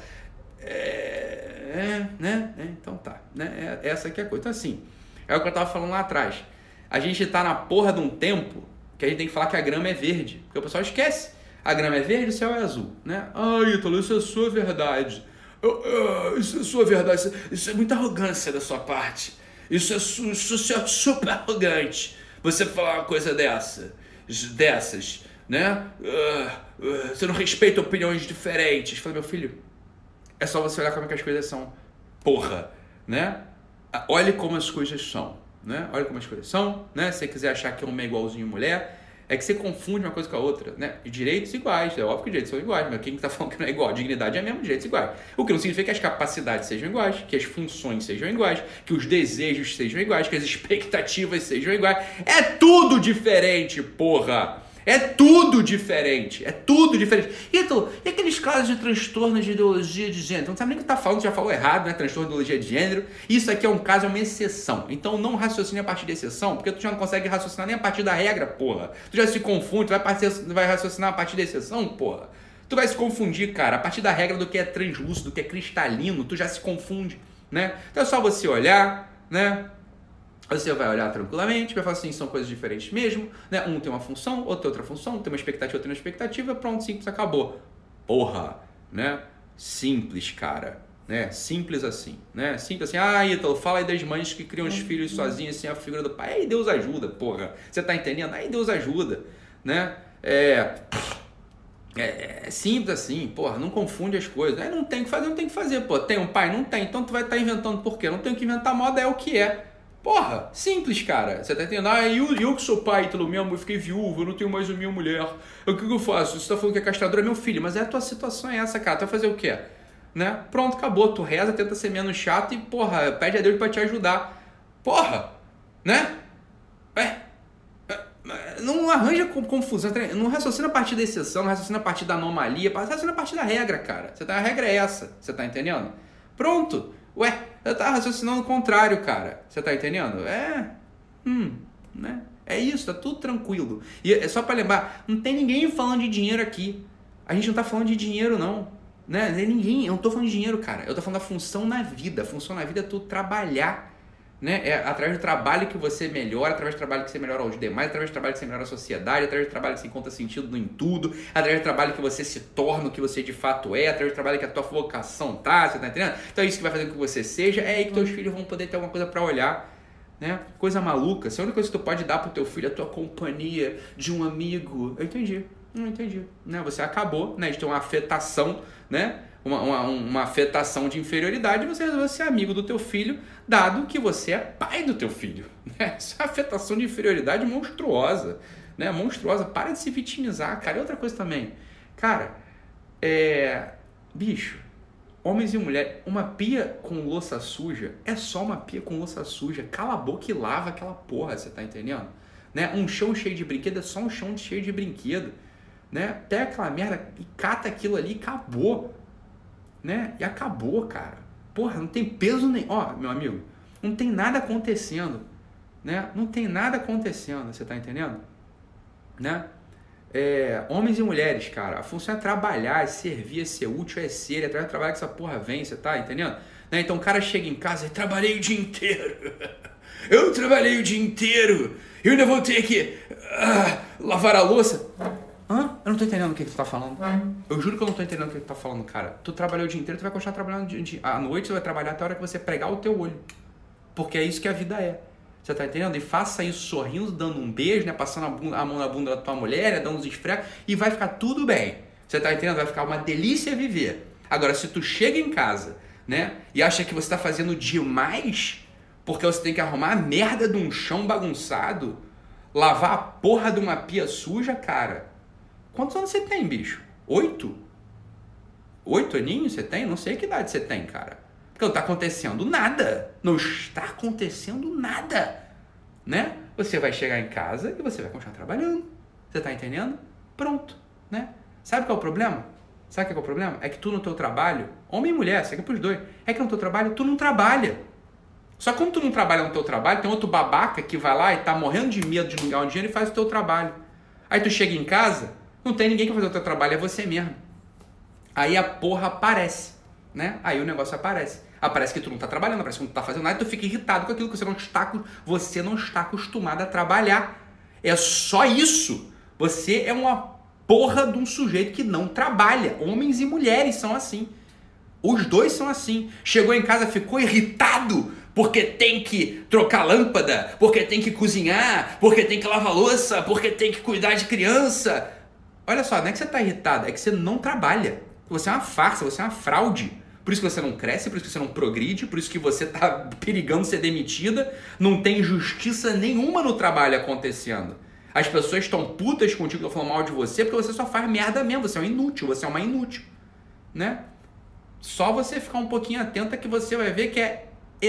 É, é né? É, então tá, né? É, essa aqui é a coisa. Então assim, é o que eu tava falando lá atrás. A gente tá na porra de um tempo que a gente tem que falar que a grama é verde, porque o pessoal esquece. A grama é verde, o céu é azul, né? Ai, Ítalo, isso é sua verdade. Eu, eu, isso é sua verdade. Isso, isso é muita arrogância da sua parte. Isso é, su, isso é super arrogante. Você falar uma coisa dessa, dessas, né? Uh, uh, você não respeita opiniões diferentes. Eu falei, meu filho, é só você olhar como é que as coisas são. Porra, né? Olhe como as coisas são, né? Olha como as coisas são, né? Se você quiser achar que homem é igualzinho mulher, é que você confunde uma coisa com a outra, né? Direitos iguais, é óbvio que direitos são iguais, mas quem está falando que não é igual? Dignidade é mesmo, direitos iguais. O que não significa que as capacidades sejam iguais, que as funções sejam iguais, que os desejos sejam iguais, que as expectativas sejam iguais. É tudo diferente, porra! É tudo diferente, é tudo diferente. Ítalo, e aqueles casos de transtornos de ideologia de gênero? Não sabe nem o que tá falando, já falou errado, né? Transtorno de ideologia de gênero. Isso aqui é um caso, é uma exceção. Então não raciocine a partir da exceção, porque tu já não consegue raciocinar nem a partir da regra, porra. Tu já se confunde, tu vai, partir, vai raciocinar a partir da exceção, porra. Tu vai se confundir, cara, a partir da regra do que é translúcido, do que é cristalino, tu já se confunde, né? Então é só você olhar, né? Você vai olhar tranquilamente, vai falar assim, são coisas diferentes mesmo, né? Um tem uma função, outro tem outra função, tem uma expectativa, outro tem uma expectativa, pronto, simples, acabou. Porra, né? Simples, cara, né? Simples assim, né? Simples assim, ah, Ítalo, fala aí das mães que criam os filhos sozinhas sem a figura do pai. Aí Deus ajuda, porra. Você tá entendendo? Aí Deus ajuda, né? É... É, é simples assim, porra, não confunde as coisas. Aí não tem o que fazer, não tem o que fazer, pô. Tem um pai? Não tem, então tu vai estar tá inventando por quê? Não tem o que inventar, moda é o que é. Porra, simples, cara. Você tá entendendo? Ah, eu, eu que sou pai, Ítalo mesmo, eu fiquei viúvo, eu não tenho mais a minha mulher. O que, que eu faço? Você tá falando que é castradora, é meu filho, mas é a tua situação é essa, cara. Tu vai fazer o quê? Né? Pronto, acabou. Tu reza, tenta ser menos chato e, porra, pede a Deus pra te ajudar. Porra, né? É. Não arranja confusão, não raciocina a partir da exceção, não raciocina a partir da anomalia, raciocina a partir da regra, cara. Você tá, a regra é essa, você tá entendendo? Pronto. Ué, eu tava raciocinando o contrário, cara. Você tá entendendo? É, hum, né? É isso, tá tudo tranquilo. E é só pra lembrar, não tem ninguém falando de dinheiro aqui. A gente não tá falando de dinheiro, não. Né? Não tem ninguém, eu não tô falando de dinheiro, cara. Eu tô falando da função na vida. A função na vida é tu trabalhar, né? É através do trabalho que você melhora, através do trabalho que você melhora os demais, através do trabalho que você melhora a sociedade, através do trabalho que você encontra sentido em tudo, através do trabalho que você se torna o que você de fato é, através do trabalho que a tua vocação tá, você tá entendendo? Então é isso que vai fazer com que você seja, é aí que teus filhos vão poder ter alguma coisa para olhar. Né? Coisa maluca. Se a única coisa que tu pode dar pro teu filho é a tua companhia de um amigo. Eu entendi. Não entendi. Né? Você acabou, né, de ter uma afetação, né? Uma, uma, uma afetação de inferioridade, e você resolveu ser amigo do teu filho, dado que você é pai do teu filho. Né? Isso é uma afetação de inferioridade monstruosa. Né? Monstruosa. Para de se vitimizar, cara. E outra coisa também. Cara, é... bicho, homens e mulheres, uma pia com louça suja é só uma pia com louça suja. Cala a boca e lava aquela porra, você tá entendendo? Né? Um chão cheio de brinquedo é só um chão cheio de brinquedo. Né? Pega aquela merda e cata aquilo ali e acabou. Né? E acabou, cara. Porra, não tem peso nem... Ó, meu amigo, não tem nada acontecendo. Né? Não tem nada acontecendo, você tá entendendo? Né? É, homens e mulheres, cara, a função é trabalhar, é servir, é ser útil, é ser, é através do trabalho que essa porra vem, você tá entendendo? Né? Então o cara chega em casa e trabalhei o dia inteiro, eu trabalhei o dia inteiro, eu ainda vou ter que ah, lavar a louça. Hã? Eu não tô entendendo o que, que tu tá falando. Eu juro que eu não tô entendendo o que, que tu tá falando, cara. Tu trabalhou o dia inteiro, tu vai continuar trabalhando de, de, à noite, você vai trabalhar até a hora que você pregar o teu olho, porque é isso que a vida é. Você tá entendendo? E faça isso sorrindo, dando um beijo, né? Passando a, bunda, a mão na bunda da tua mulher, né? Dando uns esfregos, e vai ficar tudo bem. Você tá entendendo? Vai ficar uma delícia viver. Agora, se tu chega em casa, né? E acha que você tá fazendo demais, porque você tem que arrumar a merda de um chão bagunçado, lavar a porra de uma pia suja, cara. Quantos anos você tem, bicho? Oito? Oito aninhos você tem? Não sei que idade você tem, cara. Porque não está acontecendo nada. Não está acontecendo nada. Né? Você vai chegar em casa e você vai continuar trabalhando. Você está entendendo? Pronto. Né? Sabe qual é o problema? Sabe qual é o problema? É que tu no teu trabalho, homem e mulher, isso aqui é para os dois, é que no teu trabalho tu não trabalha. Só que como tu não trabalha no teu trabalho, tem outro babaca que vai lá e tá morrendo de medo de ganhar um dinheiro e faz o teu trabalho. Aí tu chega em casa, não tem ninguém que fazer o teu trabalho, é você mesmo. Aí a porra aparece. Né? Aí o negócio aparece. Aparece que tu não tá trabalhando, aparece que tu não tá fazendo nada, e tu fica irritado com aquilo que você não está, você não está acostumado a trabalhar. É só isso. Você é uma porra de um sujeito que não trabalha. Homens e mulheres são assim. Os dois são assim. Chegou em casa, ficou irritado porque tem que trocar lâmpada, porque tem que cozinhar, porque tem que lavar louça, porque tem que cuidar de criança. Olha só, não é que você tá irritado, é que você não trabalha. Você é uma farsa, você é uma fraude. Por isso que você não cresce, por isso que você não progride, por isso que você tá perigando ser demitida. Não tem justiça nenhuma no trabalho acontecendo. As pessoas estão putas contigo, estão falando mal de você, porque você só faz merda mesmo. Você é um inútil, você é uma inútil. Né? Só você ficar um pouquinho atenta que você vai ver que é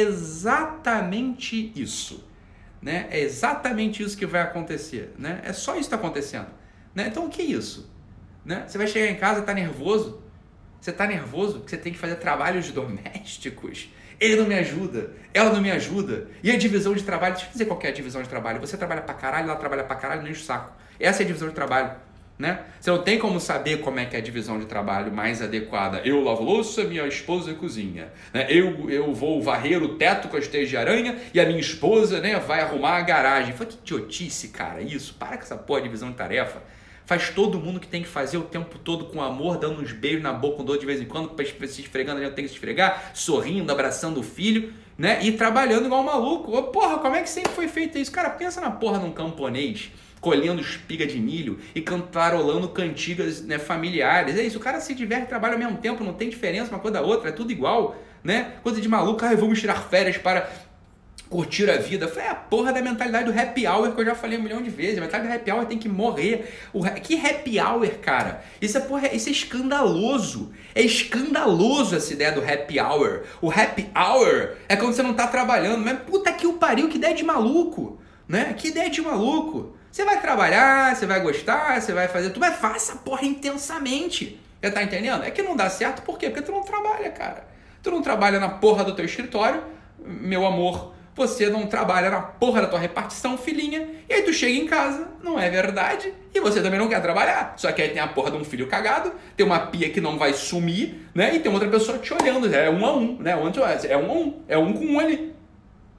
exatamente isso. Né? É exatamente isso que vai acontecer. Né? É só isso que está acontecendo. Né? Então o que é isso? Né? Você vai chegar em casa e tá nervoso. Você tá nervoso porque você tem que fazer trabalhos domésticos. Ele não me ajuda, ela não me ajuda. E a divisão de trabalho, deixa eu dizer qual que é a divisão de trabalho. Você trabalha pra caralho, ela trabalha pra caralho, não enche o saco. Essa é a divisão de trabalho. Né? Você não tem como saber como é que é a divisão de trabalho mais adequada. Eu lavo louça, minha esposa cozinha. Né? Eu, eu vou varrer o teto com as teias de aranha e a minha esposa, né, vai arrumar a garagem. Foi que idiotice, cara, isso. Para com essa porra de divisão de tarefa. Faz todo mundo que tem que fazer o tempo todo com amor, dando uns beijos na boca com dor de vez em quando, se esfregando, a gente tem que se esfregar, sorrindo, abraçando o filho, né? E trabalhando igual um maluco. Porra, como é que sempre foi feito isso? Cara, pensa na porra num camponês, colhendo espiga de milho e cantarolando cantigas, né, familiares. É isso, o cara se diverte e trabalha ao mesmo tempo, não tem diferença uma coisa da outra, é tudo igual, né? Coisa de maluco, ah, vamos tirar férias para curtir a vida. Foi a porra da mentalidade do happy hour que eu já falei um milhão de vezes. A mentalidade do happy hour tem que morrer. O, que happy hour, cara? Isso é, porra, isso é escandaloso. É escandaloso essa ideia do happy hour. O happy hour é quando você não tá trabalhando. Mas puta que o pariu, que ideia de maluco. Né? Que ideia de maluco. Você vai trabalhar, você vai gostar, você vai fazer tudo, mas faça, porra, intensamente. Você tá entendendo? É que não dá certo, por quê? Porque tu não trabalha, cara. Tu não trabalha na porra do teu escritório, meu amor. Você não trabalha na porra da tua repartição, filhinha, e aí tu chega em casa, não é verdade, e você também não quer trabalhar. Só que aí tem a porra de um filho cagado, tem uma pia que não vai sumir, né, e tem outra pessoa te olhando, é um a um, né, é um a um, é um com um ali.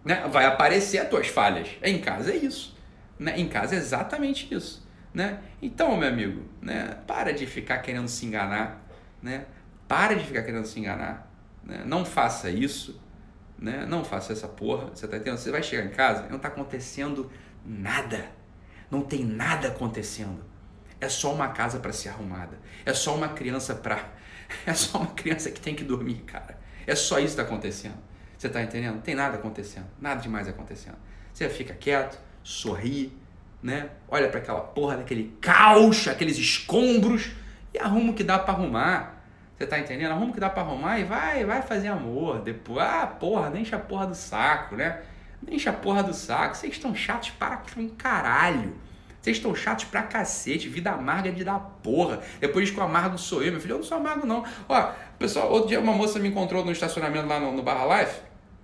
né? Vai aparecer as tuas falhas. Em casa é isso, né? Em casa é exatamente isso, né? Então, meu amigo, né? Para de ficar querendo se enganar, né? Para de ficar querendo se enganar, né? Não faça isso, né? Não faça essa porra. Você tá entendendo? Você vai chegar em casa e não tá acontecendo nada. Não tem nada acontecendo. É só uma casa para ser arrumada. É só uma criança para... É só uma criança que tem que dormir, cara. É só isso que tá acontecendo. Você tá entendendo? Não tem nada acontecendo. Nada demais acontecendo. Você fica quieto, sorri, né? Olha para aquela porra daquele caos, aqueles escombros e arruma o que dá para arrumar. Você tá entendendo? Arruma o que dá para arrumar e vai, vai fazer amor. Depois, ah, porra, nem enche a porra do saco, né? Nem enche a porra do saco. Vocês estão chatos para um caralho. Vocês estão chatos pra cacete. Vida amarga de dar porra. Depois diz que o amargo sou eu, meu filho. Eu não sou amargo, não. Ó, pessoal, outro dia uma moça me encontrou no estacionamento lá no, no Barra Life,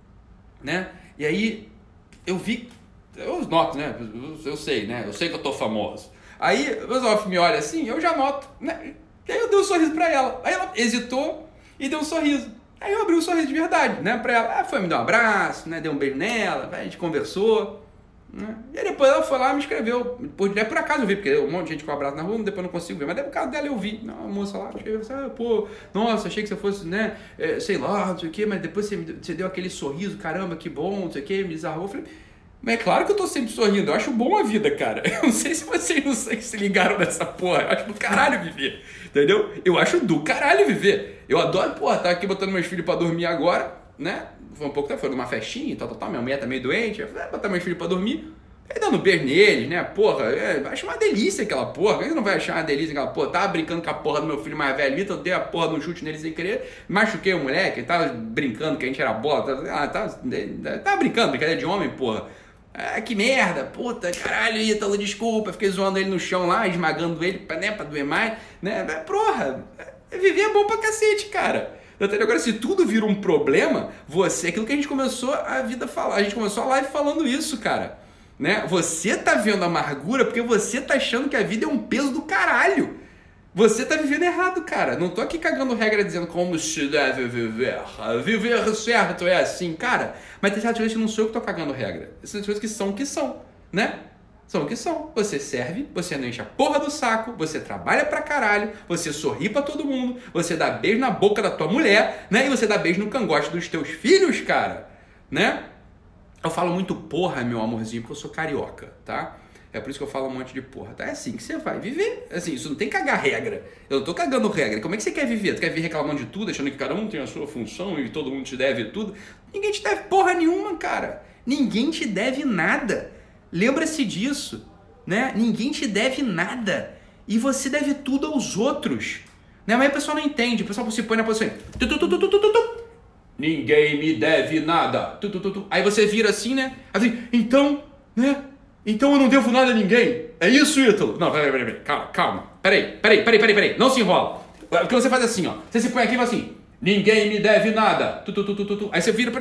né? E aí eu vi, eu noto, né? Eu, eu sei, né? Eu sei que eu tô famoso. Aí o pessoal me olha assim, eu já noto, né? E aí eu dei um sorriso pra ela. Aí ela hesitou e deu um sorriso. Aí eu abri um sorriso de verdade, né? Pra ela. Ela foi me dar um abraço, né? Deu um beijo nela, a gente conversou. Né? E aí depois ela foi lá e me escreveu. Por, por acaso eu vi, porque um monte de gente com abraço na rua, depois eu não consigo ver. Mas por causa dela eu vi. Não, a moça lá me escreveu assim, ah, pô, nossa, achei que você fosse, né? É, sei lá, não sei o quê, mas depois você, me, você deu aquele sorriso, caramba, que bom, não sei o quê, me desarrou. Eu falei, mas é claro que eu tô sempre sorrindo, eu acho bom a vida, cara. Eu não sei se vocês não sei, se ligaram nessa porra. Eu acho do caralho viver, entendeu? Eu acho do caralho viver. Eu adoro, porra, tá aqui botando meus filhos pra dormir agora, né? Foi um pouco, foi numa festinha e tal, tal, tal. Minha mulher tá meio doente, eu falei, botar meus filhos pra dormir. Aí dando beijo neles, né? Porra, é, acho uma delícia aquela porra. Quem não vai achar uma delícia aquela porra? Tava brincando com a porra do meu filho mais velho, então eu dei a porra de um chute nele sem querer. Machuquei o moleque, ele tava brincando que a gente era bola. Tava, ah, tava, tava brincando, brincadeira de homem, porra. Ah, que merda, puta, caralho, Ítalo, desculpa. Fiquei zoando ele no chão lá, esmagando ele, pra, né, pra doer mais, né? Porra, viver é bom pra cacete, cara. Agora, se tudo vira um problema, você, aquilo que a gente começou a vida a falar, a gente começou a live falando isso, cara. Né? Você tá vendo amargura porque você tá achando que a vida é um peso do caralho. Você tá vivendo errado, cara. Não tô aqui cagando regra dizendo como se deve viver. Viver certo é assim, cara. Mas tem certas coisas que não sou eu que tô cagando regra. Essas coisas que são o que são, né? São o que são. Você serve, você não enche a porra do saco, você trabalha pra caralho, você sorri pra todo mundo, você dá beijo na boca da tua mulher, né? E você dá beijo no cangote dos teus filhos, cara, né? Eu falo muito porra, meu amorzinho, porque eu sou carioca, tá? É por isso que eu falo um monte de porra, tá? É assim que você vai viver. Assim, isso não tem que cagar regra. Eu não tô cagando regra. Como é que você quer viver? Tu quer viver reclamando de tudo, achando que cada um tem a sua função e todo mundo te deve tudo? Ninguém te deve porra nenhuma, cara. Ninguém te deve nada. Lembra-se disso, né? Ninguém te deve nada. E você deve tudo aos outros. Né? Mas a pessoa não entende. O pessoal se põe na posição tu, tu, tu, tu, tu, tu, tu. Ninguém me deve nada. Tu, tu, tu, tu. Aí você vira assim, né? Assim, então, né? Então eu não devo nada a ninguém. É isso, Ítalo? Não, peraí, peraí, peraí. Calma, calma. Peraí, peraí, peraí, peraí, peraí. Não se enrola. Porque você faz assim, ó. Você se põe aqui e fala assim, ninguém me deve nada. Tu, tu, tu, tu, tu, tu. Aí você vira.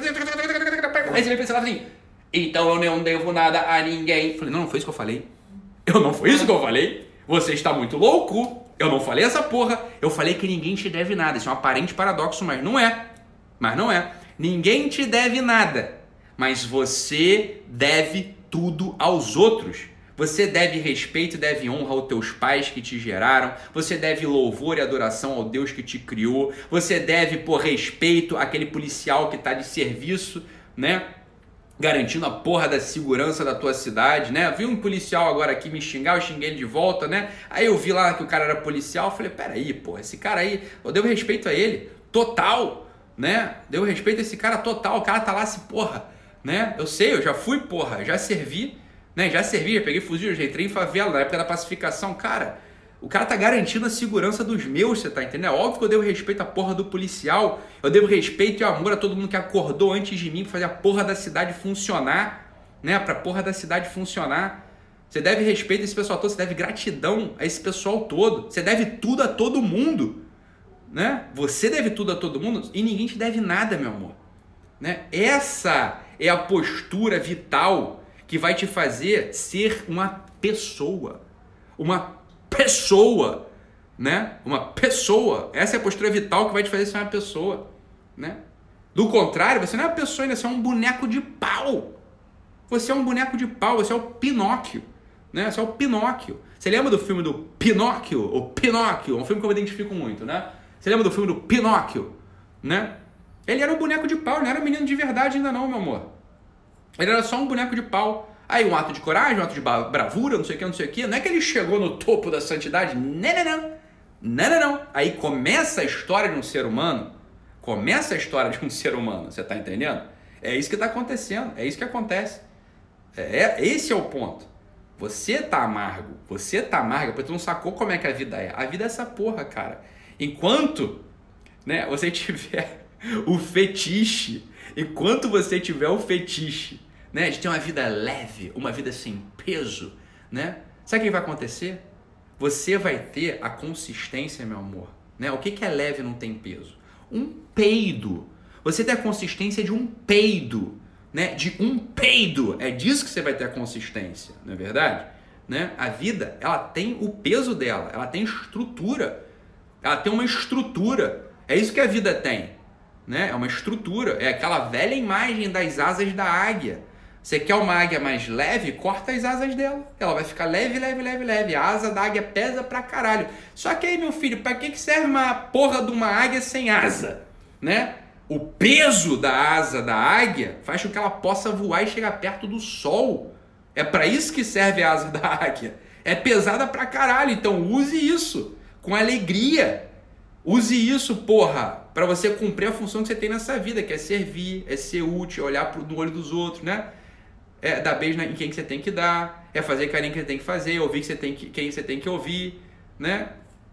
Aí você vem pra esse lado assim, então eu não devo nada a ninguém. Eu falei, não, não foi isso que eu falei. Eu não foi isso que eu falei. Você está muito louco. Eu não falei essa porra. Eu falei que ninguém te deve nada. Isso é um aparente paradoxo, mas não é. Mas não é. Ninguém te deve nada, mas você deve tudo aos outros. Você deve respeito e deve honra aos teus pais que te geraram. Você deve louvor e adoração ao Deus que te criou. Você deve, por respeito àquele policial que está de serviço, né? Garantindo a porra da segurança da tua cidade, né? Vi um policial agora aqui me xingar, eu xinguei ele de volta, né? Aí eu vi lá que o cara era policial, eu falei, peraí, porra, esse cara aí, eu devo respeito a ele, total. Né? Deu respeito a esse cara total, o cara tá lá assim, porra, né? Eu sei, eu já fui, porra, já servi, né? Já servi, já peguei fuzil, já entrei em favela na época da pacificação, cara. O cara tá garantindo a segurança dos meus, você tá entendendo? É óbvio que eu devo respeito à porra do policial, eu devo respeito e amor a todo mundo que acordou antes de mim pra fazer a porra da cidade funcionar, né? Pra porra da cidade funcionar. Você deve respeito a esse pessoal todo, você deve gratidão a esse pessoal todo, você deve tudo a todo mundo. Né? Você deve tudo a todo mundo e ninguém te deve nada, meu amor. Né? Essa é a postura vital que vai te fazer ser uma pessoa. Uma pessoa. Né? Uma pessoa. Essa é a postura vital que vai te fazer ser uma pessoa. Né? Do contrário, você não é uma pessoa ainda, você é um boneco de pau. Você é um boneco de pau, você é o Pinóquio, né? Você é o Pinóquio. Você lembra do filme do Pinóquio? O Pinóquio, um filme que eu me identifico muito, né? Você lembra do filme do Pinóquio, né? Ele era um boneco de pau, não era um menino de verdade ainda não, meu amor. Ele era só um boneco de pau. Aí um ato de coragem, um ato de bravura, não sei o que, não sei o que. Não é que ele chegou no topo da santidade. Não, não, não. Não, não, não. Aí começa a história de um ser humano. Começa a história de um ser humano. Você tá entendendo? É isso que tá acontecendo. É isso que acontece. É, esse é o ponto. Você tá amargo. Você tá amargo porque tu não sacou como é que a vida é. A vida é essa porra, cara. Enquanto, né, você tiver o fetiche, enquanto você tiver o fetiche, né, de ter uma vida leve, uma vida sem peso, né? Sabe o que vai acontecer? Você vai ter a consistência, meu amor. Né? O que, que é leve e não tem peso? Um peido. Você tem a consistência de um peido. Né? De um peido. É disso que você vai ter a consistência, não é verdade? Né? A vida, ela tem o peso dela, ela tem estrutura. Ela tem uma estrutura. É isso que a vida tem. Né? É uma estrutura. É aquela velha imagem das asas da águia. Você quer uma águia mais leve? Corta as asas dela. Ela vai ficar leve, leve, leve, leve. A asa da águia pesa pra caralho. Só que aí, meu filho, pra que serve uma porra de uma águia sem asa? Né? O peso da asa da águia faz com que ela possa voar e chegar perto do sol. É pra isso que serve a asa da águia. É pesada pra caralho. Então use isso com alegria. Use isso, porra, pra você cumprir a função que você tem nessa vida, que é servir, é ser útil, é olhar no olho dos outros, né? É dar beijo em quem que você tem que dar, é fazer carinho que você tem que fazer, ouvir que você tem que, quem você tem que ouvir, né?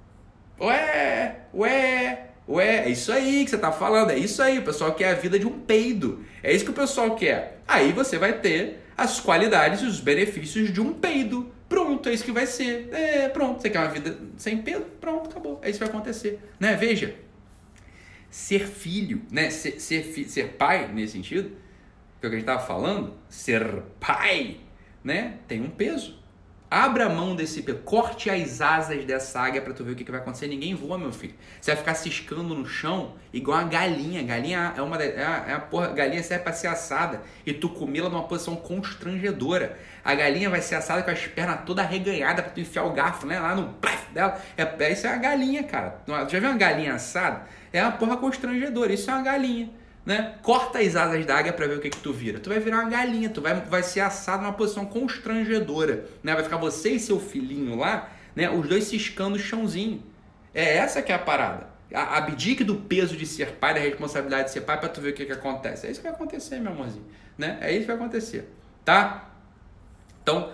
Ué, ué, ué, é isso aí que você tá falando, é isso aí, o pessoal quer a vida de um peido, é isso que o pessoal quer. Aí você vai ter as qualidades e os benefícios de um peido. Pronto, é isso que vai ser. É, pronto, você quer uma vida sem peso? Pronto, acabou, é isso que vai acontecer, né? Veja, ser filho, né? Ser, ser, fi, ser pai, nesse sentido, que é o que a gente estava falando, ser pai, né? Tem um peso. Abra a mão desse peso, corte as asas dessa águia para tu ver o que, que vai acontecer. Ninguém voa, meu filho. Você vai ficar ciscando no chão igual uma galinha. Galinha é uma, é a, é a porra, galinha serve para ser assada e tu comê-la numa posição constrangedora. A galinha vai ser assada com as pernas toda arreganhadas para tu enfiar o garfo, né? Lá no plaf dela. É, isso é a galinha, cara. Já viu uma galinha assada? É uma porra constrangedora. Isso é uma galinha. Né? Corta as asas da águia para ver o que que tu vira. Tu vai virar uma galinha, tu vai, vai ser assado numa posição constrangedora, né? Vai ficar você e seu filhinho lá, né? Os dois ciscando o chãozinho. É essa que é a parada. Abdique do peso de ser pai, da responsabilidade de ser pai, para tu ver o que que acontece. É isso que vai acontecer, meu amorzinho, né? É isso que vai acontecer, tá? Então,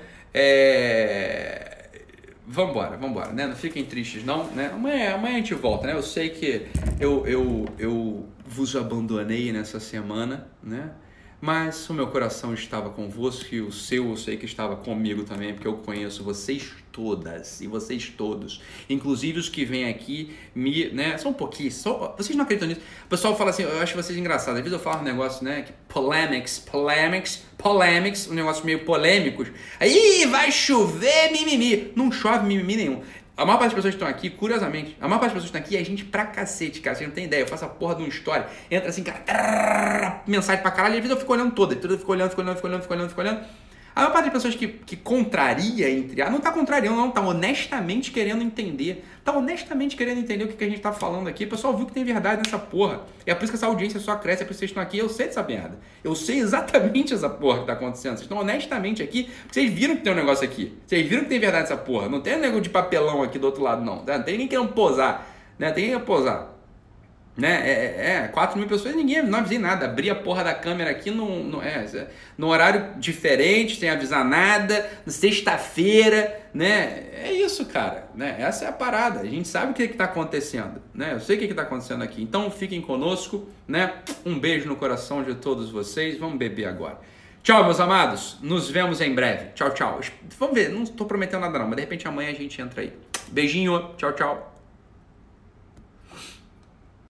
é... Vambora, vambora, né? Não fiquem tristes, não, né? Amanhã, amanhã a gente volta, né? Eu sei que eu, eu, eu vos abandonei nessa semana, né? Mas o meu coração estava convosco e o seu eu sei que estava comigo também, porque eu conheço vocês todas e vocês todos, inclusive os que vêm aqui, me, né? São um pouquinho, só, vocês não acreditam nisso? O pessoal fala assim, eu acho vocês engraçados, às vezes eu falo um negócio, né? Que polemics, polemics, polemics, um negócio meio polêmicos. Aí vai chover mimimi. Não chove mimimi nenhum. A maior parte das pessoas que estão aqui, curiosamente, a maior parte das pessoas que estão aqui é gente pra cacete, cara. Você não tem ideia. Eu faço a porra de uma história, entra assim, cara, trrr, mensagem pra caralho, e às vezes eu fico olhando toda, eu fico olhando, fico olhando, fico olhando, fico olhando, fico olhando. A maior parte das pessoas que, que contraria, entre a não tá contrariando, não, tá honestamente querendo entender. Tá honestamente querendo entender o que, que a gente tá falando aqui. O pessoal viu que tem verdade nessa porra. E é por isso que essa audiência só cresce, é por isso que vocês estão aqui. Eu sei dessa merda. Eu sei exatamente essa porra que tá acontecendo. Vocês estão honestamente aqui, porque vocês viram que tem um negócio aqui. Vocês viram que tem verdade nessa porra. Não tem um negócio de papelão aqui do outro lado, não. Não tem ninguém querendo posar. Né? Tem ninguém querendo posar. Né? É, é, quatro mil pessoas, ninguém, não avisei nada, abri a porra da câmera aqui no, no, é, no horário diferente, sem avisar nada, sexta-feira, né? É isso, cara, né? Essa é a parada, a gente sabe o que está acontecendo, né? Eu sei o que está acontecendo aqui, então fiquem conosco, né? Um beijo no coração de todos vocês, vamos beber agora. Tchau, meus amados, nos vemos em breve, tchau, tchau. Vamos ver, não estou prometendo nada não, mas de repente amanhã a gente entra aí. Beijinho, tchau, tchau.